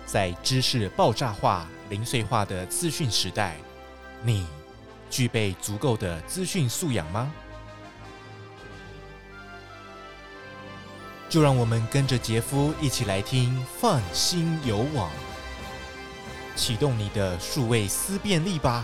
在知识爆炸化、零碎化的资讯时代，你具备足够的资讯素养吗？就让我们跟着杰夫一起来听放心有网，启动你的数位思辨力吧。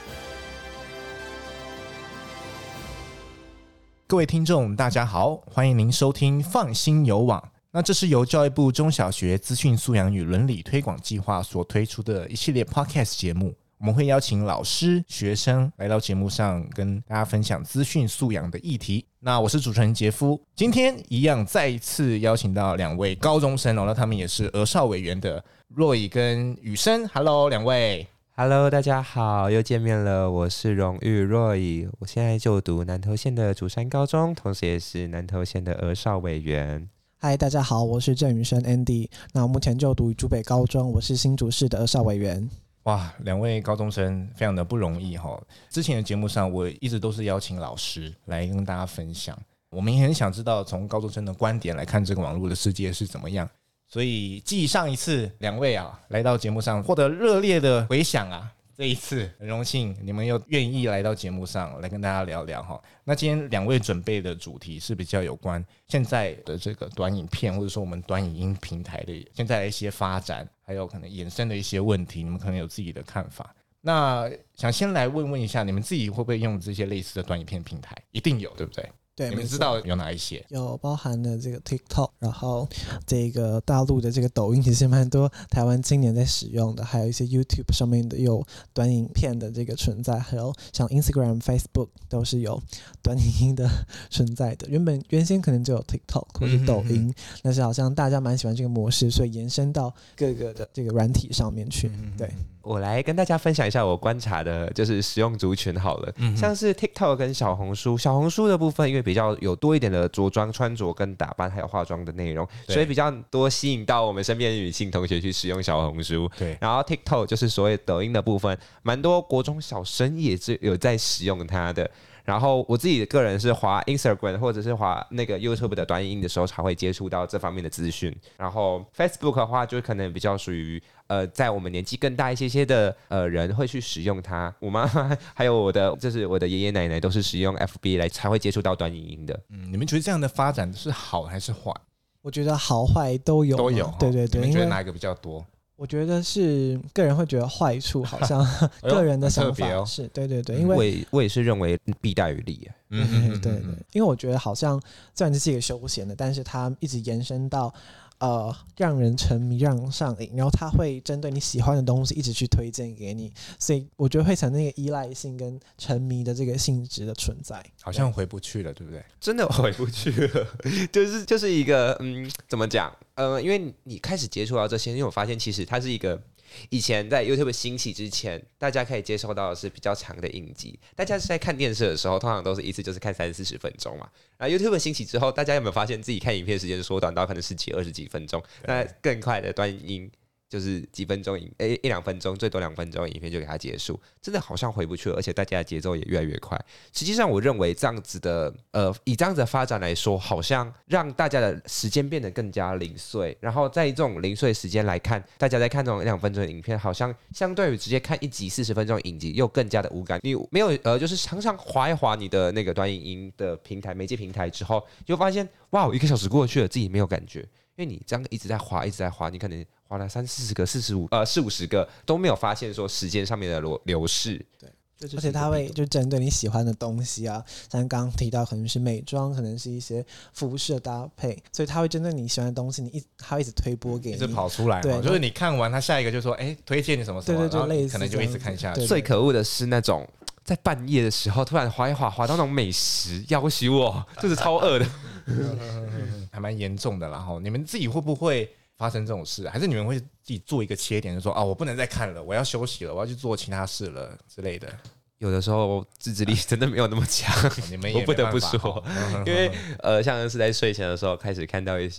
各位听众大家好，欢迎您收听放心有网。那这是由教育部中小学资讯素养与伦理推广计划所推出的一系列 podcast 节目，我们会邀请老师、学生来到节目上跟大家分享资讯素养的议题。那我是主持人杰夫，今天一样再一次邀请到两位高中生那他们也是儿少委员的若以跟雨生。 Hello 两位。 Hello， 大家好，又见面了。我是荣誉若以，我现在就读南投县的竹山高中，同时也是南投县的儿少委员。 嗨，大家好，我是郑宇生 Andy。那我目前就读竹北高中，我是新竹市的儿少委员。 哇，两位高中生非常的不容易哈。之前的节目上，我一直都是邀请老师来跟大家分享。我们也很想知道从高中生的观点来看这个网络的世界是怎么样。所以继上一次两位来到节目上获得热烈的回响这一次很荣幸你们又愿意来到节目上来跟大家聊聊那今天两位准备的主题是比较有关现在的这个短影片或者说我们短影音平台的现在的一些发展，还有可能衍生的一些问题，你们可能有自己的看法。那想先来问一下，你们自己会不会用这些类似的短影片平台？一定有，对不对？ 对， 你们知道有哪一些？ 有包含了这个 TikTok， 然后这个大陆的这个抖音，其实蛮多台湾青年在使用的，还有一些 YouTube 上面的有短影片的这个存在，还有像 Instagram、Facebook 都是有短影音的存在的。原先可能只有 TikTok 或是抖音，但是好像大家蛮喜欢这个模式，所以延伸到各个的这个软体上面去。对， 我来跟大家分享一下我观察的就是使用族群好了。像是 TikTok 跟小红书的部分，因为比较有多一点的着装穿着跟打扮还有化妆的内容，所以比较多吸引到我们身边的女性同学去使用小红书。 对， 然后 TikTok 就是所谓抖音的部分，蛮多国中小生也是有在使用它的。然后我自己的个人是滑 Instagram 或者是滑那个 YouTube 的短影音的时候才会接触到这方面的资讯。然后 Facebook 的话就可能比较属于在我们年纪更大一些的人会去使用它。我妈妈还有我的爷爷奶奶都是使用 FB 来才会接触到短影音的。 你们觉得这样的发展是好还是坏？ 我觉得好坏都有。对对对。 你们觉得哪一个比较多？ 我觉得是个人会觉得坏处，好像个人的想法是，对对对，因为我也是认为弊大于利。 对对，因为我觉得好像虽然这是一个休闲的，但是它一直延伸到让人沉迷、让人上瘾，然后它会针对你喜欢的东西一直去推荐给你，所以我觉得会产生一个依赖性跟沉迷的这个性质的存在， 好像回不去了，对不对？ 真的回不去了，就是一个怎么讲？因为你开始接触到这些，因为我发现其实它是一个。以前在 YouTube 兴起之前，大家可以接受到的是比较长的影集。大家是在看电视的时候，通常都是一次就是看30-40分钟嘛。然后 YouTube 兴起之后，大家有没有发现自己看影片时间缩短到可能10几、20几分钟？那更快的短影就是几分钟1-2分钟，最多2分钟影片就给它结束，真的好像回不去了，而且大家的节奏也越来越快。实际上，我认为这样子的以这样子的发展来说，好像让大家的时间变得更加零碎。然后在这种零碎时间来看，大家在看这种1-2分钟的影片，好像相对于直接看一集40分钟的影集，又更加的无感。你没有就是常常滑一滑你的那个短影音的媒介平台之后，就发现哇，1个小时过去了，自己没有感觉。因为你这样一直在滑，你可能滑了30-40个、40-50个都没有发现说时间上面的流逝。对， 而且它会就针对你喜欢的东西啊，像刚刚提到可能是美妆，可能是一些服饰的搭配，所以它会针对你喜欢的东西，它会一直推播给你， 一直跑出来。对，就是你看完，它下一个就说，推荐你什么什么，对，就类似，可能就一直看下去。 最可恶的是那种在半夜的时候突然滑一滑到那种美食，要挟我，就是超饿的。 还蛮严重的啦。你们自己会不会发生这种事？还是你们会自己做一个切点，就说我不能再看了，我要休息了，我要去做其他事了之类的？ 有的时候自制力真的没有那么强， 你们也我不得不说，因为像是在睡前的时候开始看到一些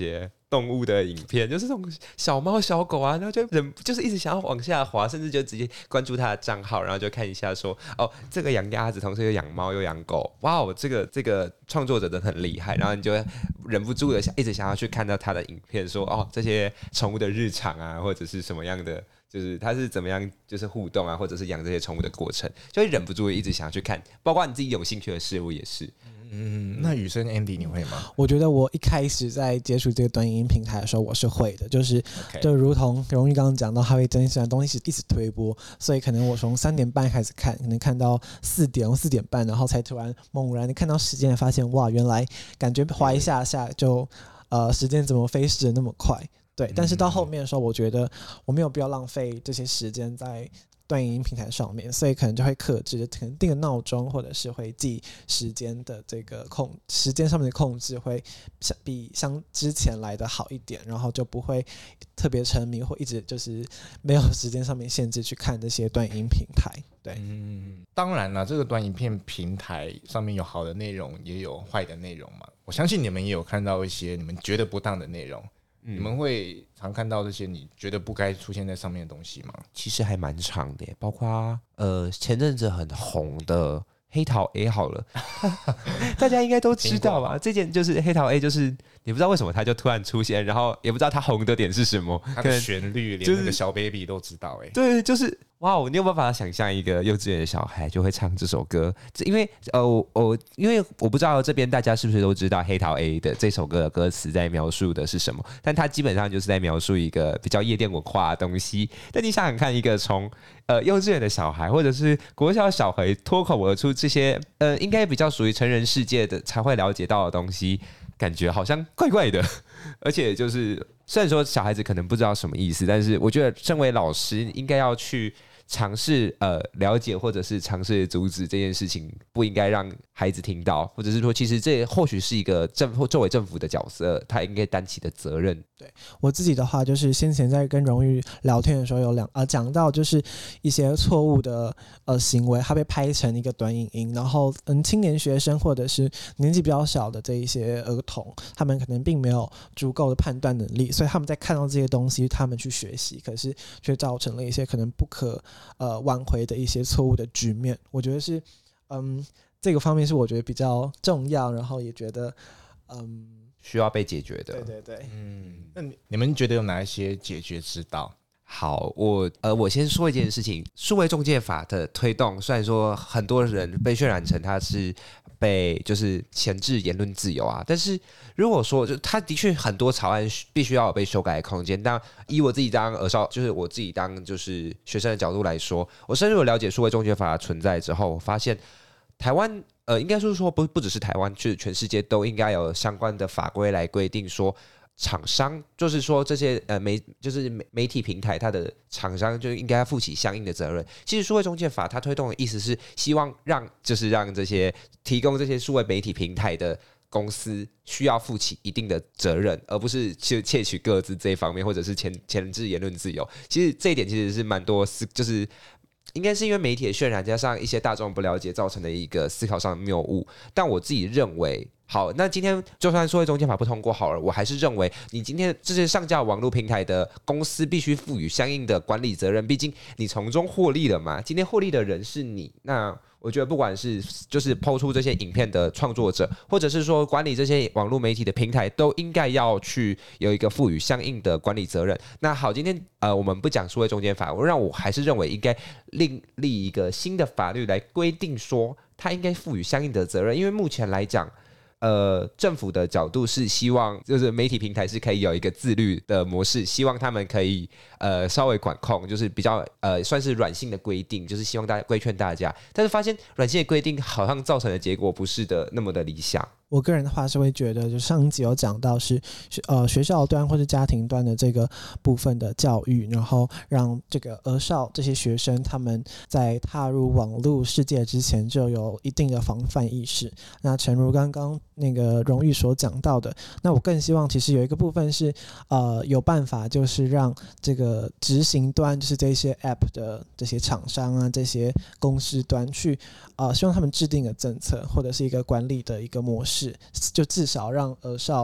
动物的影片，就是这种小猫小狗啊，然后就是一直想要往下滑，甚至就直接关注他的账号，然后就看一下说，哦，这个养鸭子，同时又养猫又养狗，哇哦，这个创作者真的很厉害，然后你就忍不住的一直想要去看到他的影片，说哦，这些宠物的日常啊，或者是什么样的。就是他是怎么样，就是互动啊，或者是养这些宠物的过程，就会忍不住一直想要去看，包括你自己有兴趣的事物也是。 那雨生 Andy 你会吗？ 我觉得我一开始在接触这个短影音平台的时候，我是会的，就如同荣誉刚刚讲到，他会真喜欢东西一直推播，所以可能我从3点半开始看，可能看到4点4点半，然后才突然猛然的看到时间，发现哇，原来感觉滑一下就时间怎么飞逝的那么快。对，但是到后面的时候，我觉得我没有必要浪费这些时间在短影音平台上面，所以可能就会克制，可能定个闹钟，或者是会记时间的这个时间上面的控制会比之前来的好一点，然后就不会特别沉迷或一直就是没有时间上面限制去看这些短影音平台。对， 当然了，这个短影片平台上面有好的内容，也有坏的内容嘛。我相信你们也有看到一些你们觉得不当的内容。你们会常看到这些你觉得不该出现在上面的东西吗？ 其实还蛮长的耶，包括前阵子很红的黑桃 A 好了，大家应该都知道吧？这件就是黑桃 A， 就是你不知道为什么它就突然出现，然后也不知道它红的点是什么， 它的旋律连那个小 baby 都知道哎。 对，就是哇，你有办法想象一个幼稚园的小孩就会唱这首歌？因为因为我不知道这边大家是不是都知道黑桃 A 的这首歌的歌词在描述的是什么，但它基本上就是在描述一个比较夜店文化的东西。但你想想看，一个从幼稚园的小孩或者是国小小孩脱口而出这些应该比较属于成人世界的才会了解到的东西，感觉好像怪怪的。而且就是虽然说小孩子可能不知道什么意思，但是我觉得身为老师应该要去尝试了解，或者是尝试阻止这件事情不应该让孩子听到，或者是说其实这或许是一个作为政府的角色他应该担起的责任。 对我自己的话，就是先前在跟荣誉聊天的时候有讲到，就是一些错误的行为，它被拍成一个短影音，然后青年学生或者是年纪比较小的这一些儿童，他们可能并没有足够的判断能力，所以他们在看到这些东西，他们去学习，可是却造成了一些可能不可挽回的一些错误的局面。我觉得是这个方面是我觉得比较重要，然后也觉得需要被解决的。 对对对， 那你们觉得有哪一些解决之道？ 好，我先说一件事情，数位中介法的推动，虽然说很多人被渲染成它是被就是钳制言论自由啊，但是如果说就它的确很多草案必须要有被修改的空间，但以我自己当就是我自己当就是学生的角度来说，我深入了解数位中介法的存在之后，我发现台湾应该说不只是台湾，就是全世界都应该有相关的法规来规定说，厂商就是说这些媒体平台，它的厂商就应该负起相应的责任。其实数位中介法它推动的意思是希望让这些提供这些数位媒体平台的公司需要负起一定的责任，而不是去窃取各自这一方面，或者是钳制言论自由。其实这一点其实是蛮多就是应该是因为媒体的渲染加上一些大众不了解造成的一个思考上的谬误。但我自己认为，好，那今天就算数位中介法不通过好了，我还是认为你今天这些上架网络平台的公司必须赋予相应的管理责任，毕竟你从中获利了嘛，今天获利的人是你。那我觉得不管是就是抛出这些影片的创作者，或者是说管理这些网络媒体的平台，都应该要去有一个赋予相应的管理责任。那好，今天我们不讲数位中介法，我还是认为应该另立一个新的法律来规定说，它应该赋予相应的责任。因为目前来讲，政府的角度是希望就是媒体平台是可以有一个自律的模式，希望他们可以稍微管控，就是比较算是软性的规定，就是希望大家规劝大家。但是发现软性的规定好像造成的结果不是的那么的理想。 我个人的话是会觉得，就上一集有讲到是学校端或是家庭端的这个部分的教育，然后让这个儿少这些学生他们在踏入网络世界之前就有一定的防范意识。那诚如刚刚那个荣誉所讲到的，那我更希望其实有一个部分是有办法就是让这个执行端，就是这些 App 的这些厂商啊，这些公司端去希望他们制定的政策或者是一个管理的一个模式，就至少让儿少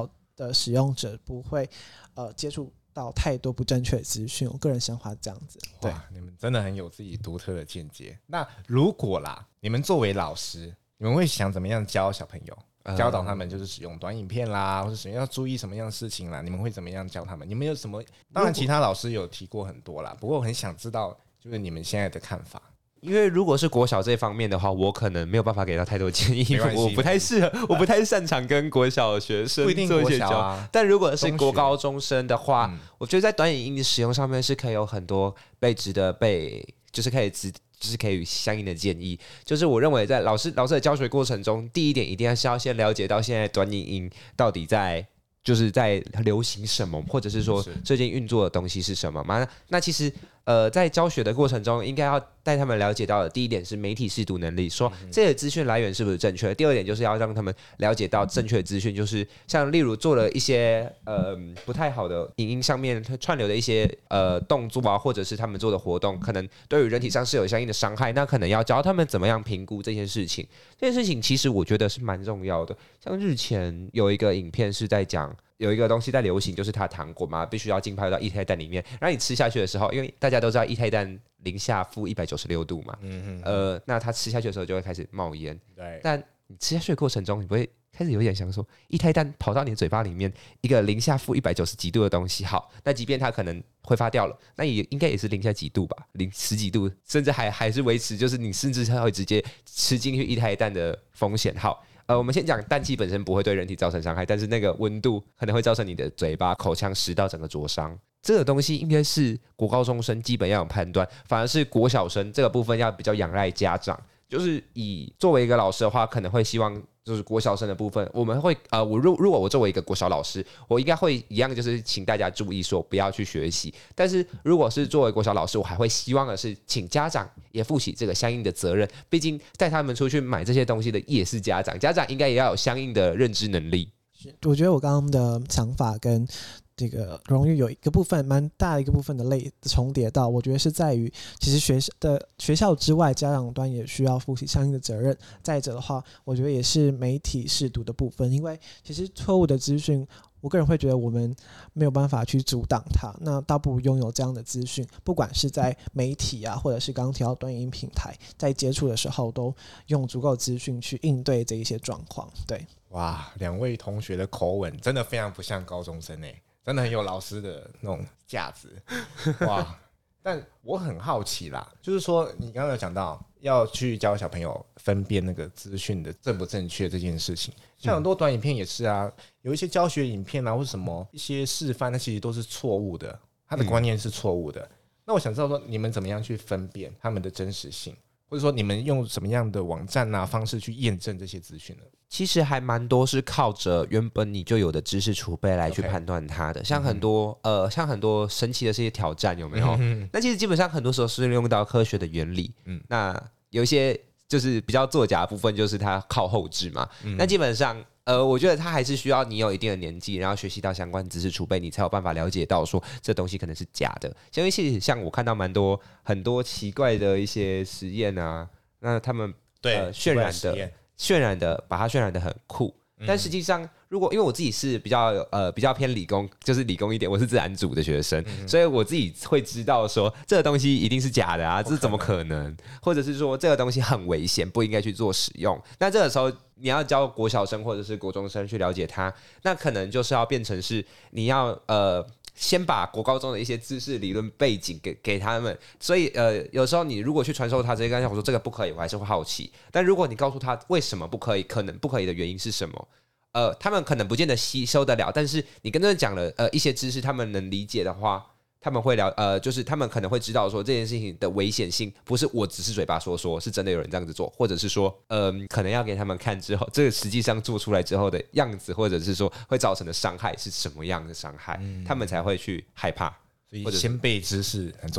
的使用者不会接触到太多不正确的资讯。我个人想法这样子。对， 你们真的很有自己独特的见解。那如果啦，你们作为老师，你们会想怎么样教小朋友？教导他们就是使用短影片啦，或者要注意什么样的事情啦？你们会怎么样教他们？你们有什么？当然，其他老师有提过很多啦，不过我很想知道，就是你们现在的看法。 因为如果是国小这方面的话，我可能没有办法给到太多建议，我不太适合，我不太擅长跟国小学生做一些教。但如果是国高中生的话，我觉得在短影音的使用上面是可以有很多值得就是可以相应的建议。就是我认为在老师的教学过程中，第一点一定是要先了解到现在短影音到底在流行什么，或者是说最近运作的东西是什么嘛？那其实在教学的过程中，应该要带他们了解到的第一点是媒体识读能力，说这个资讯来源是不是正确。第二点就是要让他们了解到正确的资讯，就是像例如做了一些不太好的影音上面串流的一些动作啊，或者是他们做的活动，可能对于人体上是有相应的伤害，那可能要教他们怎么样评估这件事情。这件事情其实我觉得是蛮重要的。像日前有一个影片是在讲，有一个东西在流行，就是它糖果嘛，必须要浸泡到液态氮里面，然后你吃下去的时候，因为大家都知道液态氮零下-196度嘛，那它吃下去的时候就会开始冒烟。对，但你吃下去的过程中，你不会开始有点想说，液态氮跑到你的嘴巴里面，一个零下-190几度的东西，好，那即便它可能挥发掉了，那也应该也是零下几度吧，10几度，甚至还是维持，就是你甚至会直接吃进去液态氮的风险。好。我们先讲氮气本身不会对人体造成伤害，但是那个温度可能会造成你的嘴巴、口腔、食道整个灼伤。这个东西应该是国高中生基本要有判断，反而是国小生这个部分要比较仰赖家长。就是作为一个老师的话，可能会希望就是国小生的部分，我们会如果我作为一个国小老师，我应该会一样，就是请大家注意说不要去学习。但是如果是作为国小老师，我还会希望的是请家长也负起这个相应的责任，毕竟带他们出去买这些东西的也是家长，家长应该也要有相应的认知能力。 我觉得我刚刚的想法跟这个荣誉有一个部分蛮大的一个部分的重叠到，我觉得是在于其实学校之外，家长端也需要负起相应的责任。再者的话，我觉得也是媒体识读的部分，因为其实错误的资讯，我个人会觉得我们没有办法去阻挡它，那倒不如拥有这样的资讯，不管是在媒体啊，或者是刚刚提到短影音平台，在接触的时候都用足够的资讯去应对这一些状况。对， 哇，两位同学的口吻真的非常不像高中生真的很有老师的那种架子，哇！但我很好奇啦，就是说你刚刚有讲到要去教小朋友分辨那个资讯的正不正确这件事情，像很多短影片也是啊，有一些教学影片啊，或什么一些示范，那其实都是错误的，他的观念是错误的。那我想知道说，你们怎么样去分辨他们的真实性，或者说你们用什么样的网站啊方式去验证这些资讯呢？ 其实还蛮多是靠着原本你就有的知识储备来去判断它的，像很多神奇的这些挑战有没有？那其实基本上很多时候是用到科学的原理。那有一些就是比较作假的部分，就是它靠后置嘛。那基本上我觉得它还是需要你有一定的年纪，然后学习到相关知识储备，你才有办法了解到说这东西可能是假的。因为其实像我看到很多奇怪的一些实验啊，那他们渲染的把它渲染的很酷，但实际上因为我自己是比较偏理工，就是理工一点，我是自然组的学生，所以我自己会知道说这个东西一定是假的啊，这怎么可能？或者是说这个东西很危险，不应该去做使用。那这个时候你要教国小生或者是国中生去了解它，那可能就是要变成是你要先把国高中的一些知识理论背景给他们，所以有时候你如果去传授他这些，跟他说这个不可以，我还是会好奇。但如果你告诉他为什么不可以，可能不可以的原因是什么，他们可能不见得吸收得了，但是你跟他们讲了一些知识，他们能理解的话，他们会就是他们可能会知道说这件事情的危险性不是我只是嘴巴说，是真的有人这样子做，或者是说可能要给他们看之后，这个实际上做出来之后的样子，或者是说会造成的伤害是什么样的伤害，他们才会去害怕。 所以先辈知识很重要。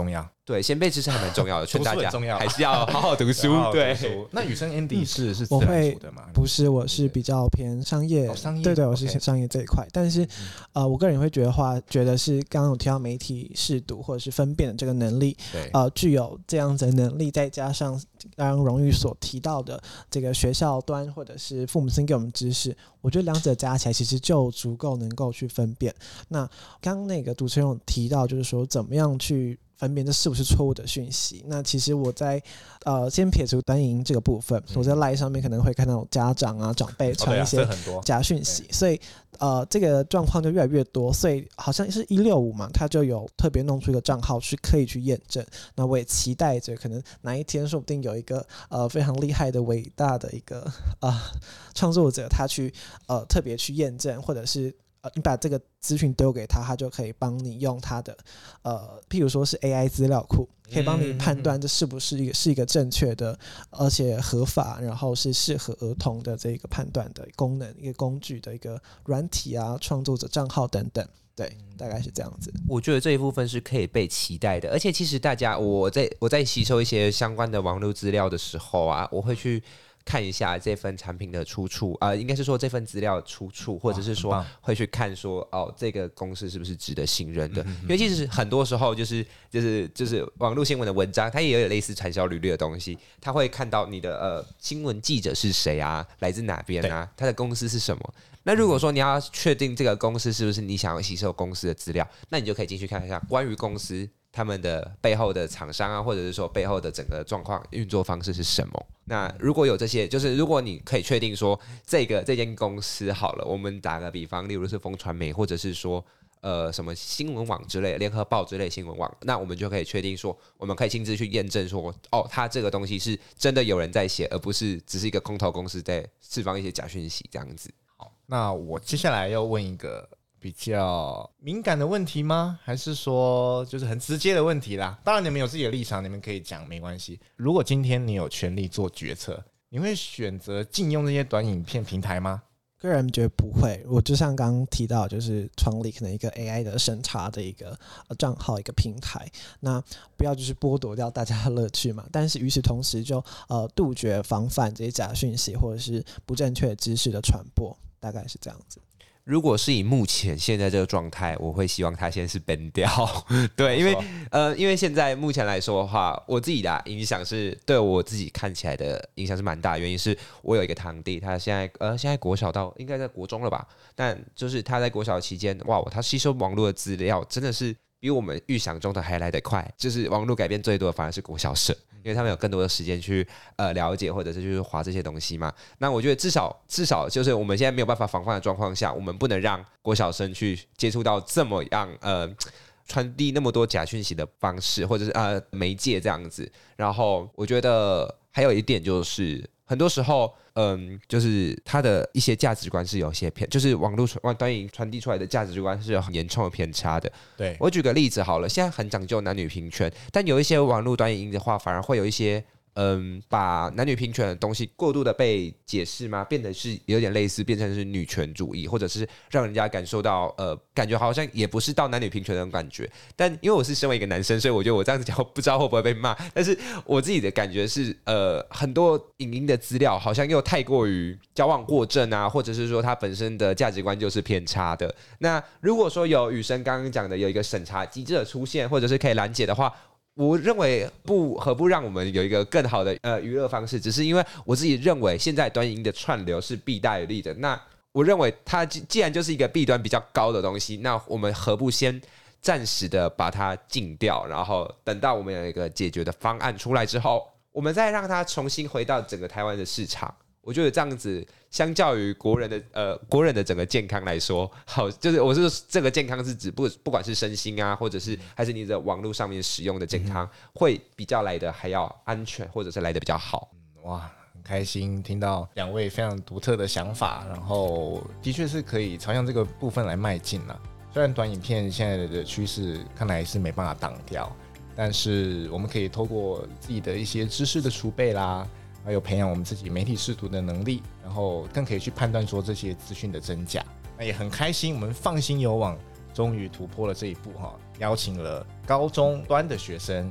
对，先辈知识还蛮重要的，劝大家读书很重要还是要好好读书。对， 那宇生 Andy 是自我会然组的吗？ 不是，我是比较偏商业， 商业对对，我是 OK 商业这一块。但是我个人会觉得是刚刚有提到媒体识读或者是分辨的这个能力， 对， 具有这样子的能力，再加上刚刚荣誉所提到的这个学校端或者是父母亲给我们知识，我觉得两者加起来其实就足够能够去分辨。那刚刚那个主持人有提到，就是说怎么样去分辨这是不是错误的讯息。那其实我在先撇除短影音这个部分，我在 LINE 上面可能会看到家长啊长辈传一些假讯息，所以这个状况就越来越多。所以好像是165嘛，他就有特别弄出一个账号去可以去验证。那我也期待着可能哪一天说不定有一个非常厉害的伟大的一个创作者，他去特别去验证，或者是你把这个资讯丢给他，他就可以帮你用他的譬如说是 AI 资料库，可以帮你判断这是不是一个正确的，而且合法，然后是适合儿童的这个判断的功能，一个工具的一个软体啊，创作者账号等等。对，大概是这样子。 我觉得这一部分是可以被期待的，而且其实大家我在吸收一些相关的网络资料的时候啊，我会去看一下这份产品的出处应该是说这份资料的出处，或者是说会去看说这个公司是不是值得信任的。因为其实很多时候就是网络新闻的文章，它也有类似传销履历的东西，他会看到你的新闻记者是谁啊，来自哪边啊，他的公司是什么。那如果说你要确定这个公司是不是你想要吸收公司的资料，那你就可以进去看一下关于公司他们的背后的厂商啊，或者是说背后的整个状况运作方式是什么。那如果有这些，就是如果你可以确定说这间公司好了，我们打个比方，例如是风传媒，或者是说什么新闻网之类的，联合报之类的新闻网，那我们就可以确定说，我们可以亲自去验证说，它这个东西是真的有人在写，而不是只是一个空头公司在释放一些假讯息这样子。 好，那我接下来要问一个比较敏感的问题吗？还是说就是很直接的问题啦？当然你们有自己的立场，你们可以讲，没关系。如果今天你有权利做决策，你会选择禁用这些短影片平台吗？ 个人觉得不会，我就像刚刚提到，就是创立可能一个 AI 的审查的一个账号，一个平台，那不要就是剥夺掉大家的乐趣嘛。但是与此同时就杜绝防范这些假讯息或者是不正确的知识的传播，大概是这样子。 如果是以目前现在这个状态，我会希望它先是ban掉。对，因为现在目前来说的话，我自己的影响是对我自己看起来的影响是蛮大的。原因是我有一个堂弟，他现在国小到应该在国中了吧，但就是他在国小期间，哇，他吸收网络的资料真的是比我们预想中的还来得快。就是网络改变最多的反而是国小生，因为他们有更多的时间去了解或者是去滑这些东西嘛。那我觉得至少就是我们现在没有办法防范的状况下，我们不能让国小生去接触到这么样传递那么多假讯息的方式，或者是媒介这样子。然后我觉得还有一点就是，很多时候就是他的一些价值观是有些偏，就是网络短影传递出来的价值观是有很严重的偏差的。 对， 我举个例子好了，现在很讲究男女平权，但有一些网络短影音的话，反而会有一些把男女平权的东西过度的被解释嘛，变得是有点类似变成是女权主义，或者是让人家感受到感觉好像也不是到男女平权的那种感觉。但因为我是身为一个男生，所以我觉得我这样子讲不知道会不会被骂，但是我自己的感觉是很多影音的资料好像又太过于矫枉过正啊，或者是说它本身的价值观就是偏差的。那如果说有宇生刚刚讲的有一个审查机制的出现，或者是可以拦截的话，我认为何不让我们有一个更好的娱乐方式？只是因为我自己认为现在短影音的串流是弊大于利的。那我认为它既然就是一个弊端比较高的东西，那我们何不先暂时的把它禁掉，然后等到我们有一个解决的方案出来之后，我们再让它重新回到整个台湾的市场。我觉得这样子，相较于国人的整个健康来说，好，就是我是说这个健康是指不管是身心啊，或者是还是你的网络上面使用的健康，会比较来的还要安全，或者是来的比较好。 哇，很开心听到两位非常独特的想法，然后的确是可以朝向这个部分来迈进啦。虽然短影片现在的趋势看来是没办法挡掉，但是我们可以透过自己的一些知识的储备啦，还有培养我们自己媒体识读的能力，然后更可以去判断说这些资讯的真假。那也很开心，我们放心有网终于突破了这一步哈，邀请了高中端的学生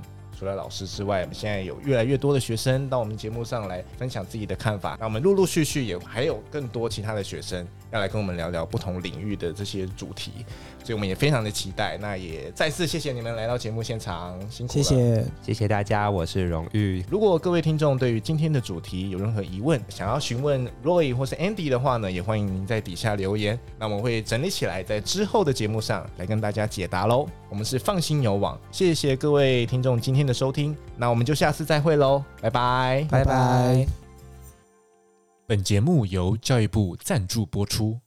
除了老师之外，现在有越来越多的学生到我们节目上来分享自己的看法。那我们陆陆续续也还有更多其他的学生要来跟我们聊聊不同领域的这些主题，所以我们也非常的期待。那也再次谢谢你们来到节目现场，辛苦了， 谢谢大家，我是荣誉。 如果各位听众对于今天的主题有任何疑问，想要询问 Roy 或是 Andy 的话呢，也欢迎您在底下留言，那我们会整理起来，在之后的节目上来跟大家解答咯。我们是放心有网，谢谢各位听众今天的收听，那我们就下次再会咯，拜拜， 拜拜。 本节目由教育部赞助播出。